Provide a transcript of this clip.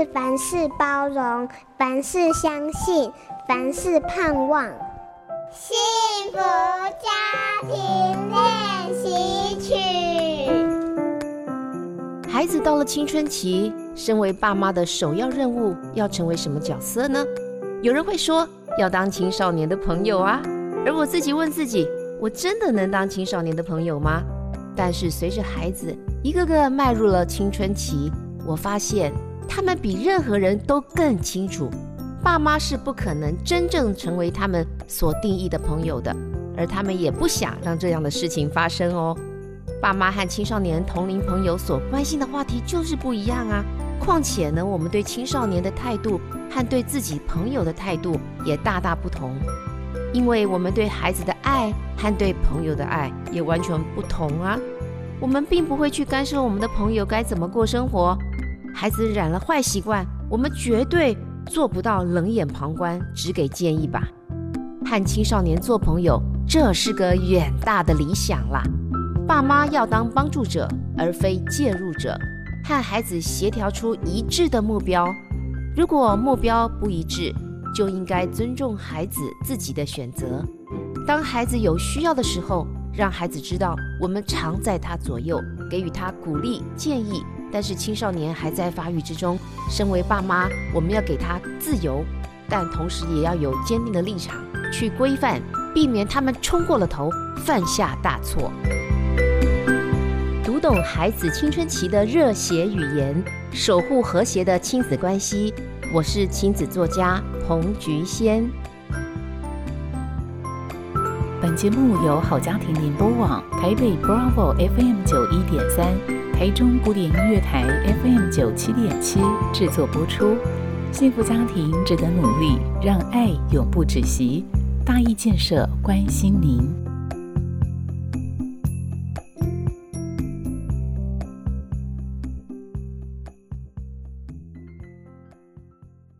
是凡事包容，凡事相信，凡事盼望。幸福家庭练习曲。 孩子到了青春期，身为爸妈的首要任务要成为什么角色呢？有人会说要当青少年的朋友啊，而我自己问自己，我真的能当青少年的朋友吗？但是随着孩子一个个迈入了青春期，我发现他们比任何人都更清楚，爸妈是不可能真正成为他们所定义的朋友的，而他们也不想让这样的事情发生哦。爸妈和青少年同龄朋友所关心的话题就是不一样啊。况且呢，我们对青少年的态度和对自己朋友的态度也大大不同，因为我们对孩子的爱和对朋友的爱也完全不同啊。我们并不会去干涉我们的朋友该怎么过生活，孩子染了坏习惯，我们绝对做不到冷眼旁观，只给建议吧。和青少年做朋友，这是个远大的理想啦。爸妈要当帮助者，而非介入者，和孩子协调出一致的目标。如果目标不一致，就应该尊重孩子自己的选择。当孩子有需要的时候，让孩子知道我们常在他左右，给予他鼓励建议。但是青少年还在发育之中，身为爸妈，我们要给他自由，但同时也要有坚定的立场去规范，避免他们冲过了头，犯下大错。读懂孩子青春期的热血语言，守护和谐的亲子关系。我是亲子作家彭菊仙。 本节目由好家庭联播网、台北 Bravo FM 91.3、台中古典音乐台 FM 97.7制作播出。幸福家庭值得努力，让爱永不止息。大义建设关心您。